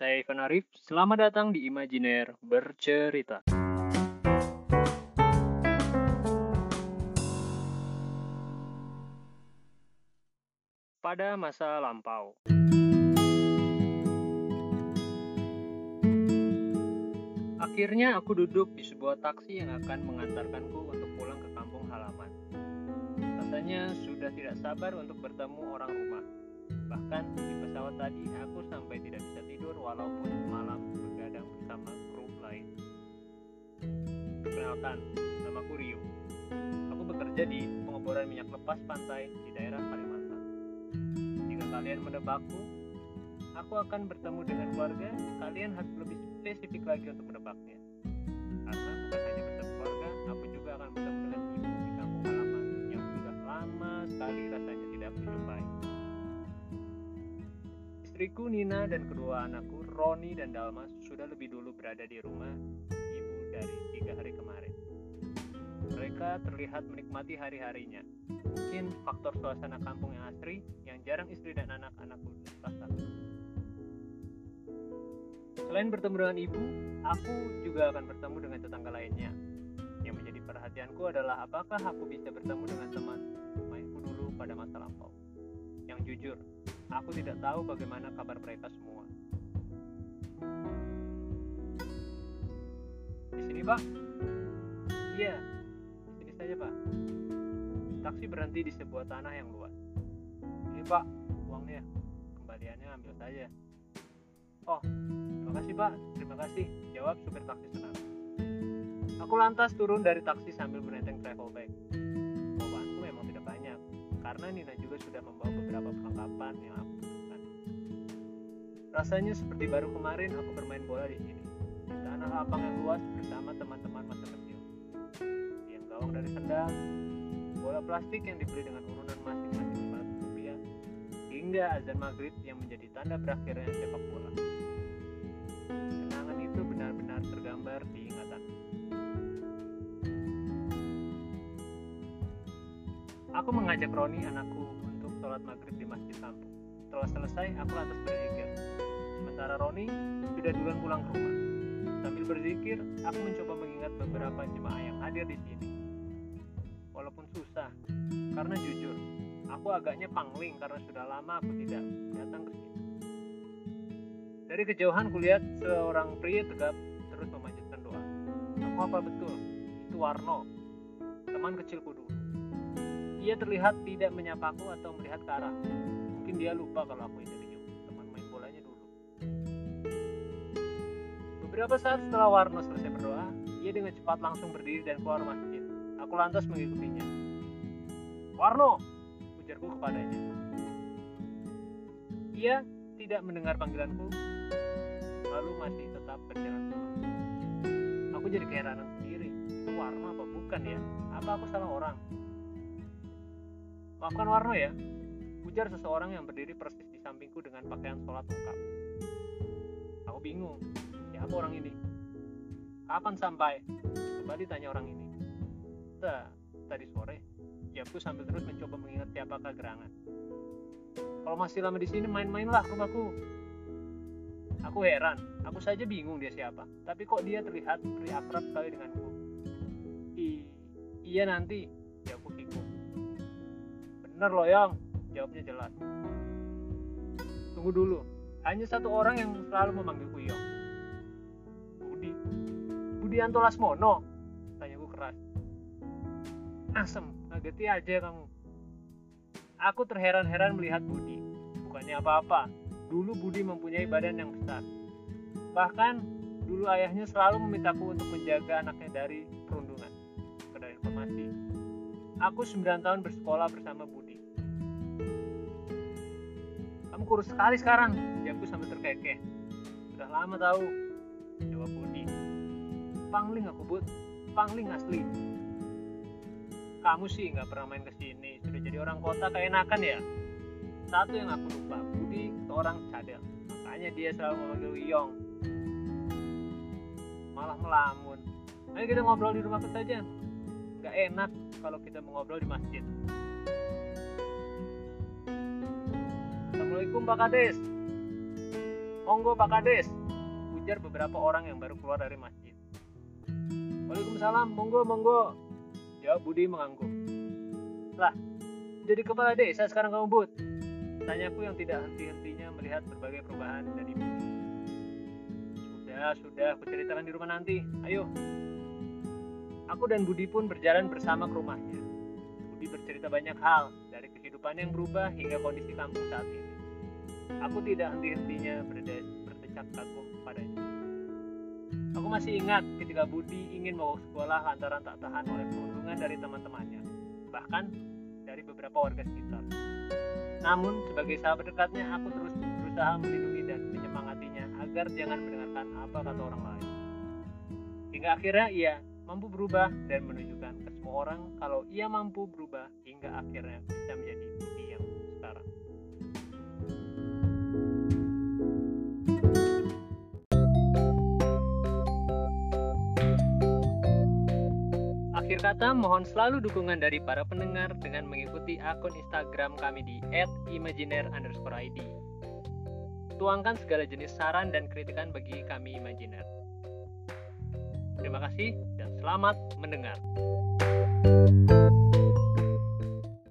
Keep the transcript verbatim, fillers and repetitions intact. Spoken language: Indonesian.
Saya Ivan Arif, selamat datang di Imajiner Bercerita. Pada masa lampau. Akhirnya aku duduk di sebuah taksi yang akan mengantarkanku untuk pulang ke kampung halaman. Rasanya sudah tidak sabar untuk bertemu orang rumah. Bahkan di pesawat tadi aku sampai tidak bisa tidur walaupun malam begadang bersama kru lain. Perkenalkan, namaku Rio. Aku bekerja di pengeboran minyak lepas pantai di daerah Kalimantan. Jika kalian menebakku, aku akan bertemu dengan keluarga. Kalian harus lebih spesifik lagi untuk menebaknya. Karena bukan hanya bertemu keluarga, aku juga akan bertemu dengan ibu di kampung halaman yang sudah lama sekali rasanya tidak berjumpai. Istriku Nina dan kedua anakku Roni dan Dalmas sudah lebih dulu berada di rumah ibu dari tiga hari kemarin. Mereka terlihat menikmati hari-harinya. Mungkin faktor suasana kampung yang asri yang jarang istri dan anak-anakku rasakan. Selain bertemu dengan ibu, aku juga akan bertemu dengan tetangga lainnya. Yang menjadi perhatianku adalah apakah aku bisa bertemu dengan teman mainku dulu pada masa lampau. Yang jujur, aku tidak tahu bagaimana kabar mereka semua. Di sini, Pak? Iya, di sini saja, Pak. Taksi berhenti di sebuah tanah yang luas. Ini, Pak, uangnya. Kembaliannya ambil saja. Oh, terima kasih, Pak. Terima kasih, jawab supir taksi senang. Aku lantas turun dari taksi sambil menenteng travel bag. Bawaanku memang tidak banyak, karena Nina juga sudah membawa beberapa perlengkapan yang aku butuhkan. Rasanya seperti baru kemarin aku bermain bola di sini, di tanah lapang yang luas bersama teman-teman masa kecil. Yang gawang dari sendal, bola plastik yang dibeli dengan urunan masing-masing lima ratus rupiah, hingga azan maghrib yang menjadi tanda berakhirnya sepak bola. Kenangan itu benar-benar tergambar di ingatan. Aku mengajak Roni, anakku, untuk sholat maghrib di masjid kampung. Setelah selesai, aku lantas berzikir. Sementara Roni sudah duluan pulang ke rumah. Sambil berzikir, aku mencoba mengingat beberapa jemaah yang hadir di sini. Walaupun susah, karena jujur, aku agaknya pangling karena sudah lama aku tidak datang ke sini. Dari kejauhan kulihat seorang pria tegap terus memanjatkan doa. Aku hafal betul, itu Warno, teman kecilku dulu. Dia terlihat tidak menyapaku atau melihat ke arah. Mungkin dia lupa kalau aku ini Rio, teman main bolanya dulu. Beberapa saat setelah Warno selesai berdoa, dia dengan cepat langsung berdiri dan keluar masjid. Aku lantas mengikutinya. Warno, ujarku kepadanya. Ia tidak mendengar panggilanku, lalu masih tetap berjalan pulang. Aku jadi keheranan sendiri. Itu Warno apa bukan ya? Apa aku salah orang? Maafkan Warno ya, ujar seseorang yang berdiri persis di sampingku dengan pakaian sholat lengkap. Aku bingung, siapa orang ini? Kapan sampai? Kembali tanya orang ini. Ta, tadi sore, jawabku sambil terus mencoba mengingat siapakah gerangan. Kalau masih lama di sini main-mainlah ke rumahku. Aku heran, aku saja bingung dia siapa. Tapi kok dia terlihat beri akrab sekali denganku. I, iya nanti, jawabku kikuk. Bener loh Yang, jawabnya jelas. Tunggu dulu, hanya satu orang yang selalu memanggilku Yong. Budi, Budianto Lasmono, tanyaku keras. Asem, ngageti aja kamu. Aku terheran-heran melihat Budi. Bukannya apa-apa, dulu Budi mempunyai badan yang besar. Bahkan, dulu ayahnya selalu memintaku untuk menjaga anaknya dari perundungan. Sekedar informasi, aku sembilan tahun bersekolah bersama Budi. Kamu kurus sekali sekarang, jawabku sambil terkekeh. Sudah lama tahu, jawab Budi. Pangling aku, Bud. Pangling asli. Kamu sih nggak pernah main ke sini, sudah jadi orang kota keenakan ya. Satu yang aku lupa, Budi seorang cadel, makanya dia selalu memanggil Yong. Malah melamun. Ayo kita ngobrol di rumahku saja. Nggak enak kalau kita mengobrol di masjid. Assalamualaikum Pak Kades. Monggo Pak Kades, ujar beberapa orang yang baru keluar dari masjid. Waalaikumsalam, monggo, monggo, jawab Budi mengangguk. Lah, jadi kepala desa sekarang kamu, Bud? Tanyaku yang tidak henti-hentinya melihat berbagai perubahan dari Budi. Sudah, sudah, aku ceritakan di rumah nanti. Ayo. Aku dan Budi pun berjalan bersama ke rumahnya. Budi bercerita banyak hal, dari kehidupan yang berubah hingga kondisi kampung saat ini. Aku tidak henti-hentinya berde- berdecak kagum padanya. Aku masih ingat ketika Budi ingin mau sekolah lantaran tak tahan oleh perundungan dari teman-temannya, bahkan dari beberapa warga sekitar. Namun, sebagai sahabat dekatnya, aku terus berusaha melindungi dan menyemangatinya agar jangan mendengarkan apa kata orang lain. Hingga akhirnya ia mampu berubah dan menunjukkan ke semua orang kalau ia mampu berubah hingga akhirnya bisa menjadi Budi yang sekarang. Akhir kata, mohon selalu dukungan dari para pendengar dengan mengikuti akun Instagram kami di et imaginer underscore id. Tuangkan segala jenis saran dan kritikan bagi kami Imaginer. Terima kasih dan selamat mendengar.